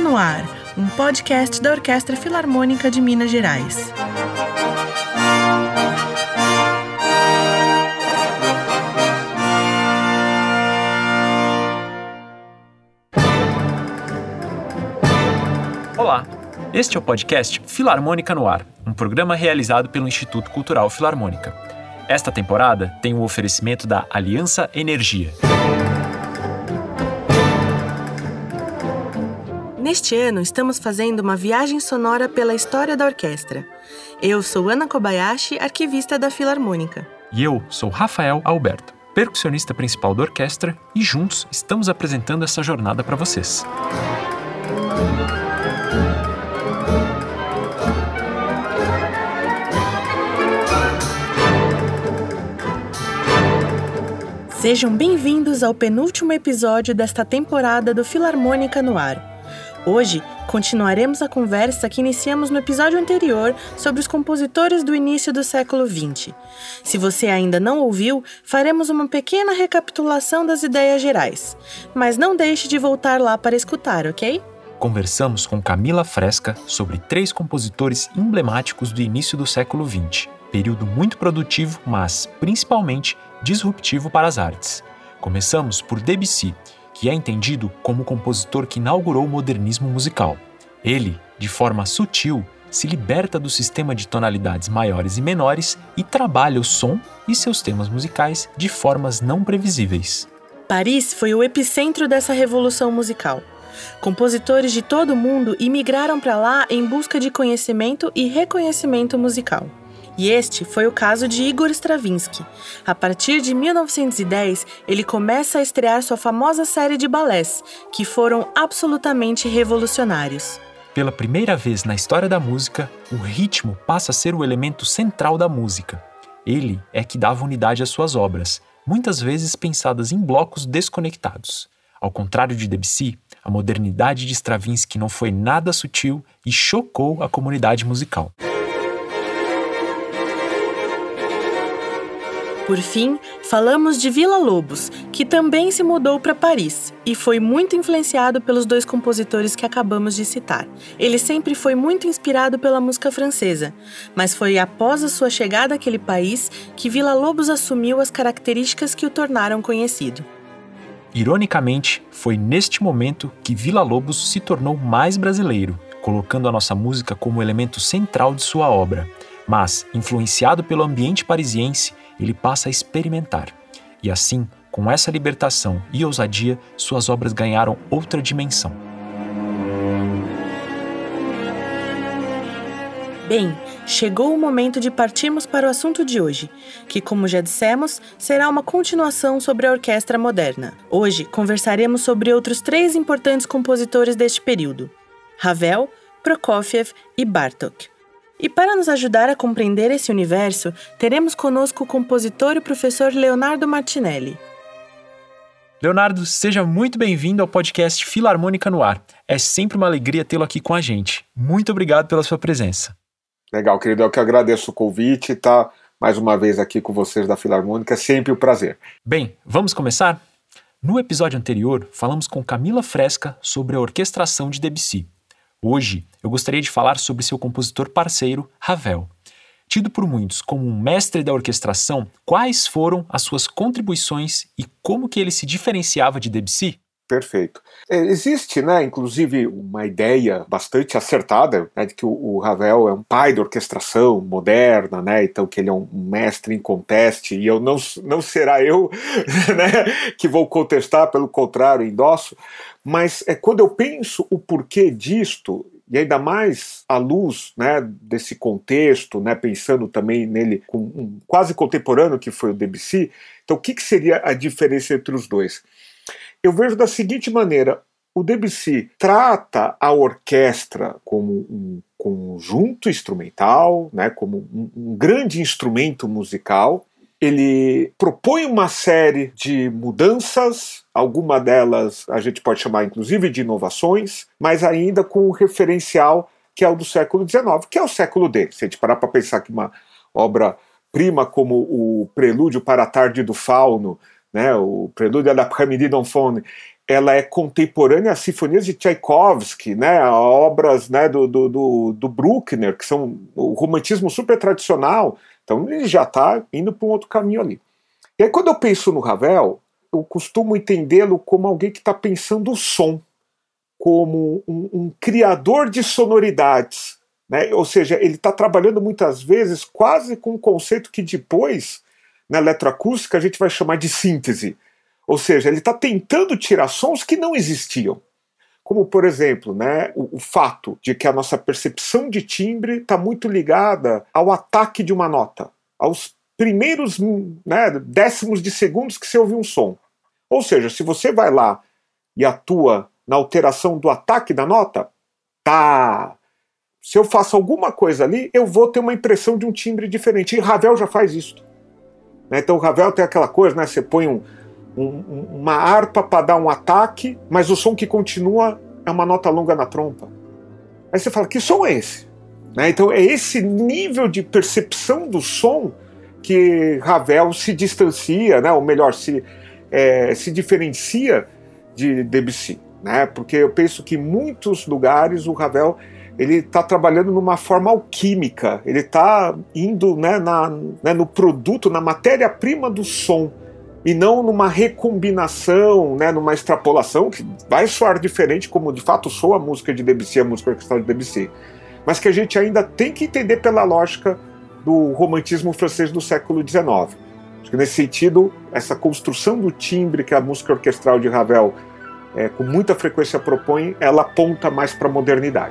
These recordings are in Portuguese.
no Ar, um podcast da Orquestra Filarmônica de Minas Gerais. Olá, este é o podcast Filarmônica no Ar, um programa realizado pelo Instituto Cultural Filarmônica. Esta temporada tem o oferecimento da Aliança Energia. Neste ano, estamos fazendo uma viagem sonora pela história da orquestra. Eu sou Ana Kobayashi, arquivista da Filarmônica. E eu sou Rafael Alberto, percussionista principal da orquestra, e juntos estamos apresentando essa jornada para vocês. Sejam bem-vindos ao penúltimo episódio desta temporada do Filarmônica no Ar. Hoje, continuaremos a conversa que iniciamos no episódio anterior sobre os compositores do início do século XX. Se você ainda não ouviu, faremos uma pequena recapitulação das ideias gerais. Mas não deixe de voltar lá para escutar, ok? Conversamos com Camila Fresca sobre 3 compositores emblemáticos do início do século XX, período muito produtivo, mas, principalmente, disruptivo para as artes. Começamos por Debussy, que é entendido como o compositor que inaugurou o modernismo musical. Ele, de forma sutil, se liberta do sistema de tonalidades maiores e menores e trabalha o som e seus temas musicais de formas não previsíveis. Paris foi o epicentro dessa revolução musical. Compositores de todo o mundo imigraram para lá em busca de conhecimento e reconhecimento musical. E este foi o caso de Igor Stravinsky. A partir de 1910, ele começa a estrear sua famosa série de balés, que foram absolutamente revolucionários. Pela primeira vez na história da música, o ritmo passa a ser o elemento central da música. Ele é que dava unidade às suas obras, muitas vezes pensadas em blocos desconectados. Ao contrário de Debussy, a modernidade de Stravinsky não foi nada sutil e chocou a comunidade musical. Por fim, falamos de Villa-Lobos, que também se mudou para Paris e foi muito influenciado pelos 2 compositores que acabamos de citar. Ele sempre foi muito inspirado pela música francesa, mas foi após a sua chegada àquele país que Villa-Lobos assumiu as características que o tornaram conhecido. Ironicamente, foi neste momento que Villa-Lobos se tornou mais brasileiro, colocando a nossa música como elemento central de sua obra. Mas, influenciado pelo ambiente parisiense, ele passa a experimentar. E assim, com essa libertação e ousadia, suas obras ganharam outra dimensão. Bem, chegou o momento de partirmos para o assunto de hoje, que, como já dissemos, será uma continuação sobre a orquestra moderna. Hoje, conversaremos sobre outros 3 importantes compositores deste período: Ravel, Prokofiev e Bartók. E para nos ajudar a compreender esse universo, teremos conosco o compositor e professor Leonardo Martinelli. Leonardo, seja muito bem-vindo ao podcast Filarmônica no Ar. É sempre uma alegria tê-lo aqui com a gente. Muito obrigado pela sua presença. Legal, querido. Eu que agradeço o convite e estar mais uma vez aqui com vocês da Filarmônica. É sempre um prazer. Bem, vamos começar? No episódio anterior, falamos com Camila Fresca sobre a orquestração de Debussy. Hoje, eu gostaria de falar sobre seu compositor parceiro, Ravel. Tido por muitos como um mestre da orquestração, quais foram as suas contribuições e como que ele se diferenciava de Debussy? Perfeito. Existe, inclusive, uma ideia bastante acertada, de que o Ravel é um pai da orquestração moderna, então que ele é um mestre em conteste, e não será eu que vou contestar, pelo contrário, endosso, mas quando eu penso o porquê disto, e ainda mais à luz desse contexto, pensando também nele com um quase contemporâneo que foi o Debussy, então o que seria a diferença entre os dois? Eu vejo da seguinte maneira: o Debussy trata a orquestra como um conjunto instrumental, como um grande instrumento musical. Ele propõe uma série de mudanças, alguma delas a gente pode chamar inclusive de inovações, mas ainda com um referencial que é o do século XIX, que é o século dele. Se a gente parar para pensar que uma obra-prima como o Prelúdio para a Tarde do Fauno, o Prelúdio à l'après-midi d'Enfant, ela é contemporânea às sinfonias de Tchaikovsky, né, a obras, né, do Bruckner, que são o romantismo super tradicional. Então ele já está indo para um outro caminho ali. E aí quando eu penso no Ravel, eu costumo entendê-lo como alguém que está pensando o som, como um criador de sonoridades, né? Ou seja, ele está trabalhando muitas vezes quase com um conceito que depois, na eletroacústica, a gente vai chamar de síntese. Ou seja, ele está tentando tirar sons que não existiam. Como, por exemplo, né, o fato de que a nossa percepção de timbre está muito ligada ao ataque de uma nota, aos primeiros, né, décimos de segundos que você ouve um som. Ou seja, se você vai lá e atua na alteração do ataque da nota, tá. Se eu faço alguma coisa ali, eu vou ter uma impressão de um timbre diferente. E Ravel já faz isso. Então o Ravel tem aquela coisa, né? Você põe uma harpa para dar um ataque, mas o som que continua é uma nota longa na trompa. Aí você fala, que som é esse? Então é esse nível de percepção do som que Ravel se distancia, né? Ou melhor, se diferencia de Debussy. Porque eu penso que em muitos lugares o Ravel ele está trabalhando numa forma alquímica, ele está indo, né, no produto, na matéria-prima do som, e não numa recombinação, né, numa extrapolação, que vai soar diferente, como de fato soa a música de Debussy, a música orquestral de Debussy, mas que a gente ainda tem que entender pela lógica do romantismo francês do século XIX. Acho que nesse sentido, essa construção do timbre que a música orquestral de Ravel com muita frequência propõe, ela aponta mais para a modernidade.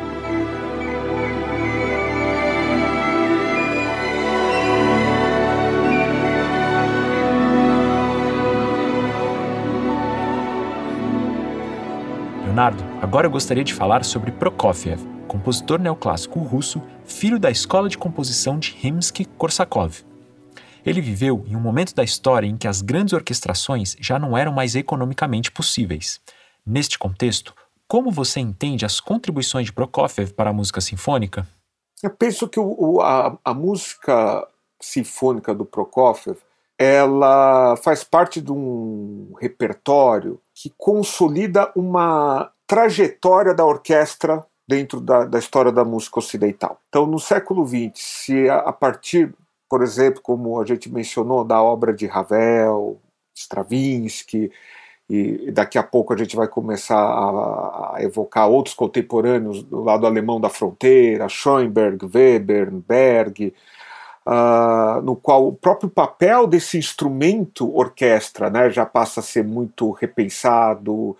Leonardo, agora eu gostaria de falar sobre Prokofiev, compositor neoclássico russo, filho da escola de composição de Rimsky-Korsakov. Ele viveu em um momento da história em que as grandes orquestrações já não eram mais economicamente possíveis. Neste contexto, como você entende as contribuições de Prokofiev para a música sinfônica? Eu penso que a música sinfônica do Prokofiev, ela faz parte de um repertório que consolida uma trajetória da orquestra dentro da história da música ocidental. Então, no século XX, se a partir, por exemplo, como a gente mencionou, da obra de Ravel, Stravinsky, e daqui a pouco a gente vai começar a evocar outros contemporâneos do lado alemão da fronteira, Schoenberg, Weber, Berg, no qual o próprio papel desse instrumento orquestra, né, já passa a ser muito repensado,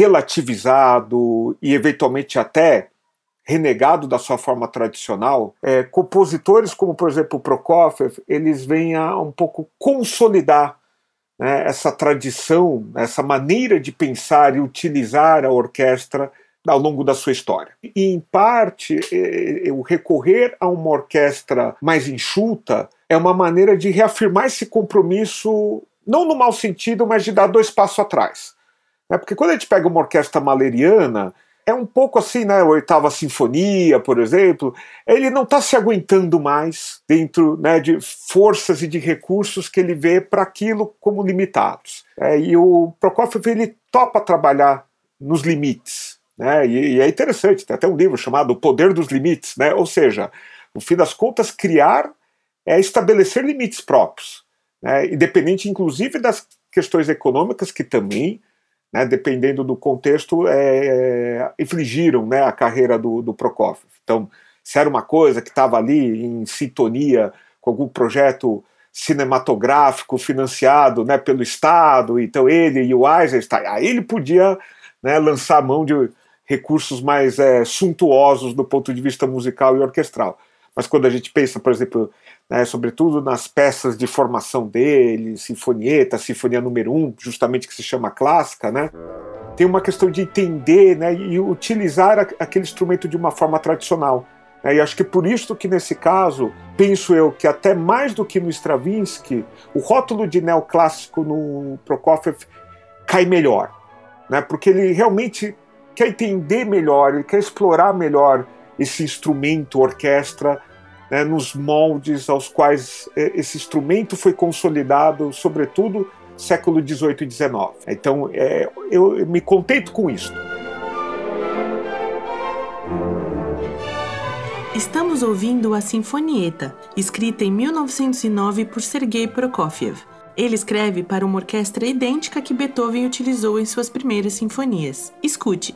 relativizado e eventualmente até renegado da sua forma tradicional. Compositores como, por exemplo, o Prokofiev, eles vêm a um pouco consolidar, né, essa tradição, essa maneira de pensar e utilizar a orquestra ao longo da sua história. E, em parte, o recorrer a uma orquestra mais enxuta é uma maneira de reafirmar esse compromisso, não no mau sentido, mas de dar 2 passos atrás. Porque quando a gente pega uma orquestra mahleriana, é um pouco assim, né, a 8ª Sinfonia, por exemplo, ele não está se aguentando mais dentro, né, de forças e de recursos que ele vê para aquilo como limitados. E o Prokofiev, ele topa trabalhar nos limites. Né, e é interessante, tem até um livro chamado O Poder dos Limites, né, ou seja, no fim das contas, criar é estabelecer limites próprios, né, independente inclusive das questões econômicas que também, né, dependendo do contexto, infligiram, né, a carreira do Prokofiev. Então, se era uma coisa que estava ali em sintonia com algum projeto cinematográfico financiado, né, pelo Estado, então ele e o Eisenstein, aí ele podia, né, lançar a mão de recursos mais suntuosos do ponto de vista musical e orquestral. Mas quando a gente pensa, por exemplo, né, sobretudo nas peças de formação dele, Sinfonietta, Sinfonia número 1, justamente que se chama clássica, né, tem uma questão de entender, né, e utilizar aquele instrumento de uma forma tradicional. E acho que por isso que nesse caso, penso eu que até mais do que no Stravinsky, o rótulo de neoclássico no Prokofiev cai melhor, né, porque ele realmente quer entender melhor, ele quer explorar melhor esse instrumento, orquestra, né, nos moldes aos quais esse instrumento foi consolidado, sobretudo século XVIII e XIX. Então, eu me contento com isso. Estamos ouvindo a Sinfonietta, escrita em 1909 por Sergei Prokofiev. Ele escreve para uma orquestra idêntica que Beethoven utilizou em suas primeiras sinfonias. Escute.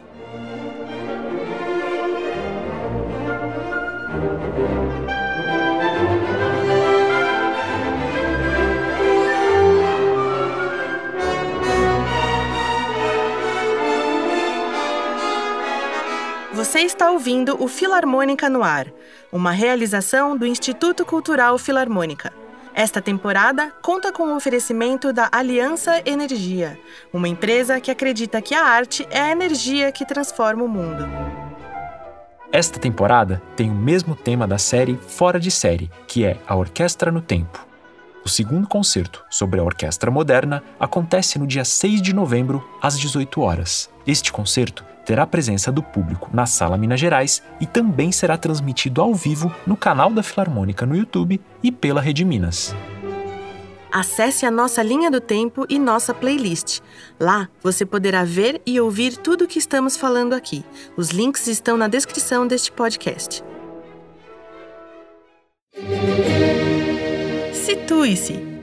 Você está ouvindo o Filarmônica no Ar, uma realização do Instituto Cultural Filarmônica. Esta temporada conta com o oferecimento da Aliança Energia, uma empresa que acredita que a arte é a energia que transforma o mundo. Esta temporada tem o mesmo tema da série Fora de Série, que é a Orquestra no Tempo. O segundo concerto sobre a orquestra moderna acontece no dia 6 de novembro, às 18 horas. Este concerto terá a presença do público na Sala Minas Gerais e também será transmitido ao vivo no canal da Filarmônica no YouTube e pela Rede Minas. Acesse a nossa linha do tempo e nossa playlist. Lá você poderá ver e ouvir tudo o que estamos falando aqui. Os links estão na descrição deste podcast. Situe-se!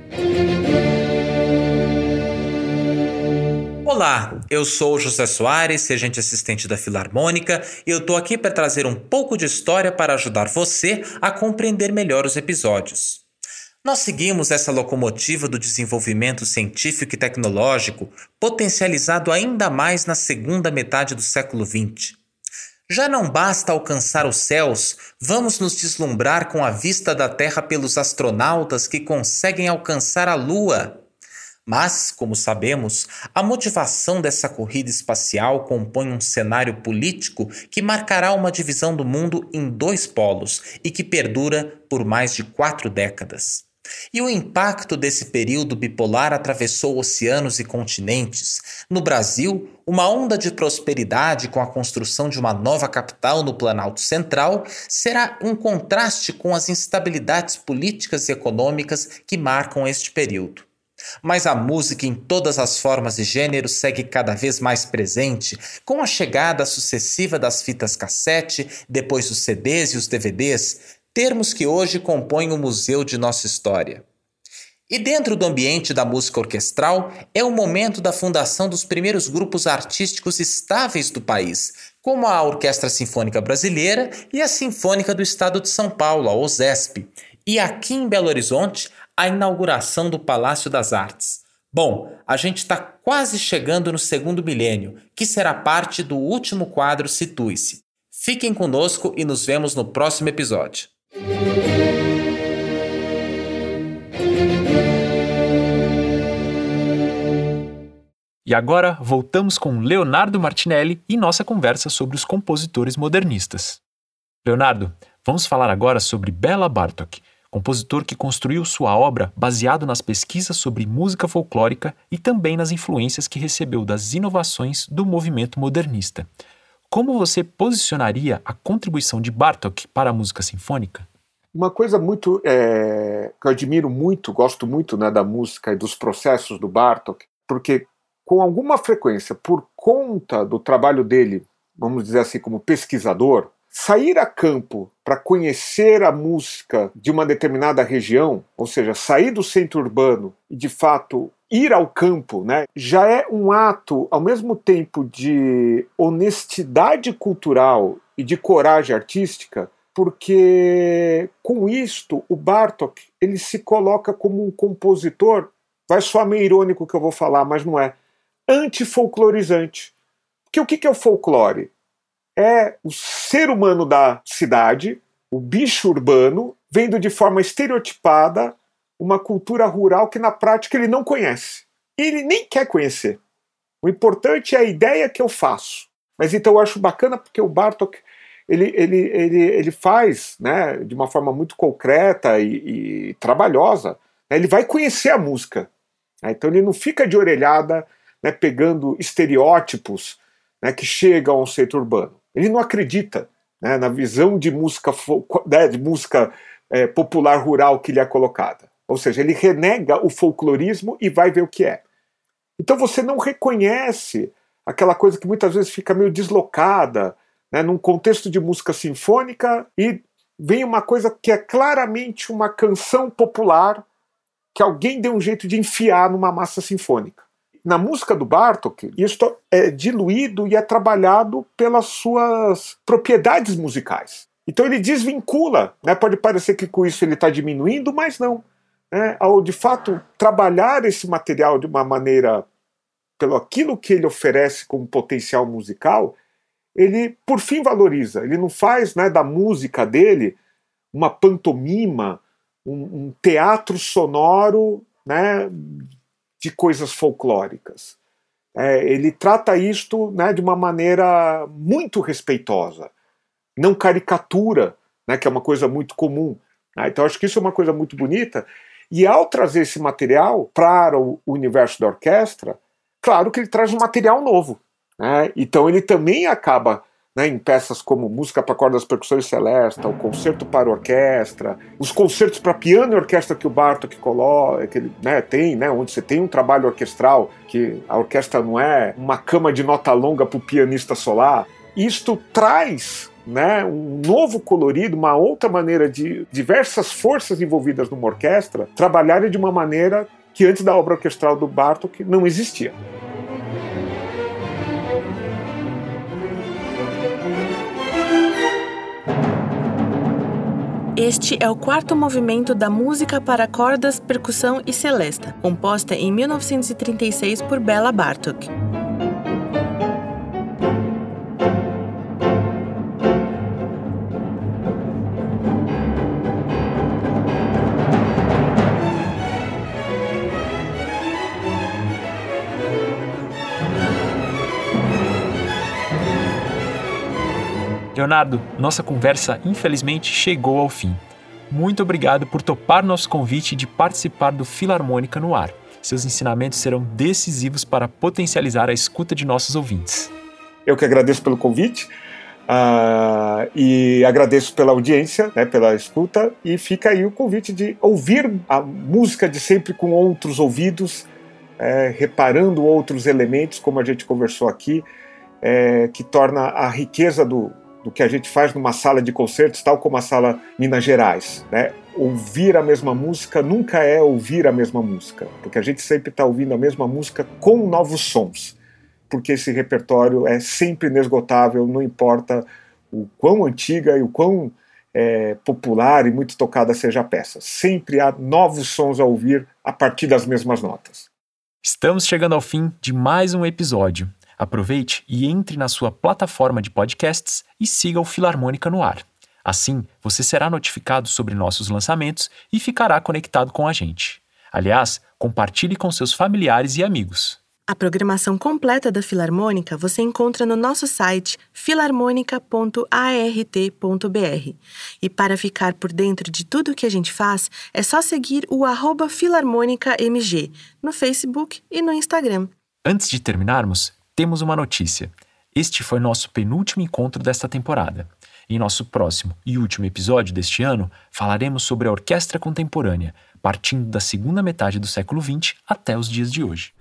Olá, eu sou o José Soares, regente assistente da Filarmônica, e eu tô aqui para trazer um pouco de história para ajudar você a compreender melhor os episódios. Nós seguimos essa locomotiva do desenvolvimento científico e tecnológico, potencializado ainda mais na segunda metade do século XX. Já não basta alcançar os céus, vamos nos deslumbrar com a vista da Terra pelos astronautas que conseguem alcançar a Lua. Mas, como sabemos, a motivação dessa corrida espacial compõe um cenário político que marcará uma divisão do mundo em dois polos e que perdura por mais de 4 décadas. E o impacto desse período bipolar atravessou oceanos e continentes. No Brasil, uma onda de prosperidade com a construção de uma nova capital no Planalto Central será um contraste com as instabilidades políticas e econômicas que marcam este período. Mas a música em todas as formas e gêneros segue cada vez mais presente, com a chegada sucessiva das fitas cassete, depois os CDs e os DVDs, termos que hoje compõem o museu de nossa história. E dentro do ambiente da música orquestral, é o momento da fundação dos primeiros grupos artísticos estáveis do país, como a Orquestra Sinfônica Brasileira e a Sinfônica do Estado de São Paulo, a OSESP, e aqui em Belo Horizonte, a inauguração do Palácio das Artes. Bom, a gente está quase chegando no segundo milênio, que será parte do último quadro Situe-se. Fiquem conosco e nos vemos no próximo episódio. E agora voltamos com Leonardo Martinelli e nossa conversa sobre os compositores modernistas. Leonardo, vamos falar agora sobre Béla Bartók, compositor que construiu sua obra baseado nas pesquisas sobre música folclórica e também nas influências que recebeu das inovações do movimento modernista. Como você posicionaria a contribuição de Bartók para a música sinfônica? Uma coisa muito que eu admiro muito, gosto muito, né, da música e dos processos do Bartók, porque com alguma frequência, por conta do trabalho dele, vamos dizer assim, como pesquisador, sair a campo para conhecer a música de uma determinada região, ou seja, sair do centro urbano e, de fato, ir ao campo, né, já é um ato, ao mesmo tempo, de honestidade cultural e de coragem artística, porque, com isto, o Bartók ele se coloca como um compositor, vai soar meio irônico o que eu vou falar, mas não é, antifolclorizante. Porque o que é o folclore? É o ser humano da cidade, o bicho urbano, vendo de forma estereotipada uma cultura rural que na prática ele não conhece. E ele nem quer conhecer. O importante é a ideia que eu faço. Mas então eu acho bacana porque o Bartók ele faz, né, de uma forma muito concreta e trabalhosa, né, ele vai conhecer a música. Né, então ele não fica de orelhada, né, pegando estereótipos, né, que chegam ao centro urbano. Ele não acredita, né, na visão de música, popular rural que lhe é colocada. Ou seja, ele renega o folclorismo e vai ver o que é. Então você não reconhece aquela coisa que muitas vezes fica meio deslocada, né, num contexto de música sinfônica, e vem uma coisa que é claramente uma canção popular que alguém deu um jeito de enfiar numa massa sinfônica. Na música do Bartók, isso é diluído e é trabalhado pelas suas propriedades musicais. Então ele desvincula, né? Pode parecer que com isso ele está diminuindo, mas não. Né? Ao de fato trabalhar esse material de uma maneira, pelo aquilo que ele oferece como potencial musical, ele por fim valoriza. Ele não faz, né, da música dele uma pantomima, um teatro sonoro, né, de coisas folclóricas. Ele trata isto, né, de uma maneira muito respeitosa, não caricatura, né, que é uma coisa muito comum. Né? Então acho que isso é uma coisa muito bonita, e ao trazer esse material para o universo da orquestra, claro que ele traz um material novo. Né? Então ele também acaba, né, em peças como Música para Cordas, Percussões Celesta, o Concerto para Orquestra, os concertos para piano e orquestra que o Bartók coloca, que ele, né, tem, né, onde você tem um trabalho orquestral, que a orquestra não é uma cama de nota longa para o pianista solar. Isto traz, né, um novo colorido, uma outra maneira de diversas forças envolvidas numa orquestra trabalharem de uma maneira que antes da obra orquestral do Bartók não existia. Este é o quarto movimento da Música para Cordas, Percussão e Celesta, composta em 1936 por Béla Bartók. Leonardo, nossa conversa infelizmente chegou ao fim. Muito obrigado por topar nosso convite de participar do Filarmônica no Ar. Seus ensinamentos serão decisivos para potencializar a escuta de nossos ouvintes. Eu que agradeço pelo convite e agradeço pela audiência, né, pela escuta, e fica aí o convite de ouvir a música de sempre com outros ouvidos, reparando outros elementos, como a gente conversou aqui, que torna a riqueza do que a gente faz numa sala de concertos, tal como a Sala Minas Gerais. Né? Ouvir a mesma música nunca é ouvir a mesma música, porque a gente sempre está ouvindo a mesma música com novos sons, porque esse repertório é sempre inesgotável, não importa o quão antiga e o quão popular e muito tocada seja a peça. Sempre há novos sons a ouvir a partir das mesmas notas. Estamos chegando ao fim de mais um episódio. Aproveite e entre na sua plataforma de podcasts e siga o Filarmônica no Ar. Assim, você será notificado sobre nossos lançamentos e ficará conectado com a gente. Aliás, compartilhe com seus familiares e amigos. A programação completa da Filarmônica você encontra no nosso site filarmonica.art.br. E para ficar por dentro de tudo o que a gente faz, é só seguir o @filarmonicamg no Facebook e no Instagram. Antes de terminarmos, temos uma notícia. Este foi nosso penúltimo encontro desta temporada. Em nosso próximo e último episódio deste ano, falaremos sobre a orquestra contemporânea, partindo da segunda metade do século XX até os dias de hoje.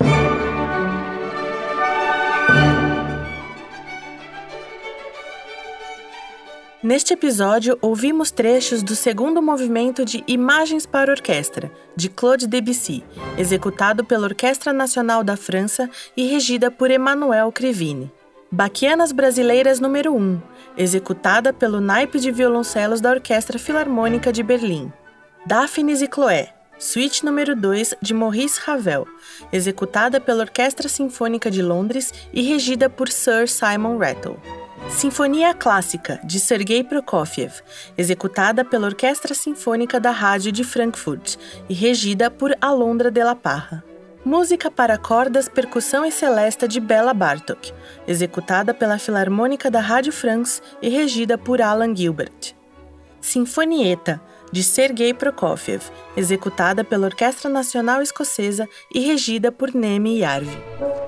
Neste episódio, ouvimos trechos do segundo movimento de Imagens para Orquestra, de Claude Debussy, executado pela Orquestra Nacional da França e regida por Emmanuel Crivini. Baquianas Brasileiras número 1, executada pelo naipe de violoncelos da Orquestra Filarmônica de Berlim. Daphnis e Chloé, Suíte número 2, de Maurice Ravel, executada pela Orquestra Sinfônica de Londres e regida por Sir Simon Rattle. Sinfonia Clássica, de Sergei Prokofiev, executada pela Orquestra Sinfônica da Rádio de Frankfurt e regida por Alondra de la Parra. Música para Cordas, Percussão e Celesta, de Béla Bartók, executada pela Filarmônica da Rádio France e regida por Alan Gilbert. Sinfonietta, de Sergei Prokofiev, executada pela Orquestra Nacional Escocesa e regida por Nemi Jarvi.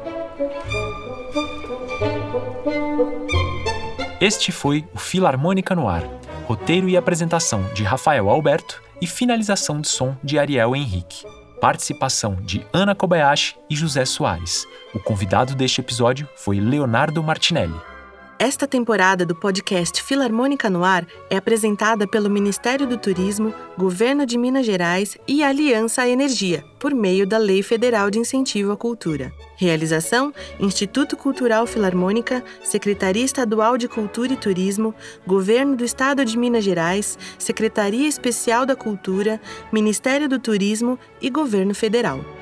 Este foi o Filarmônica no Ar. Roteiro e apresentação de Rafael Alberto e finalização de som de Ariel Henrique. participação de Ana Kobayashi e José Soares. O convidado deste episódio foi Leonardo Martinelli. Esta temporada do podcast Filarmônica no Ar é apresentada pelo Ministério do Turismo, Governo de Minas Gerais e Aliança à Energia, por meio da Lei Federal de Incentivo à Cultura. Realização: Instituto Cultural Filarmônica, Secretaria Estadual de Cultura e Turismo, Governo do Estado de Minas Gerais, Secretaria Especial da Cultura, Ministério do Turismo e Governo Federal.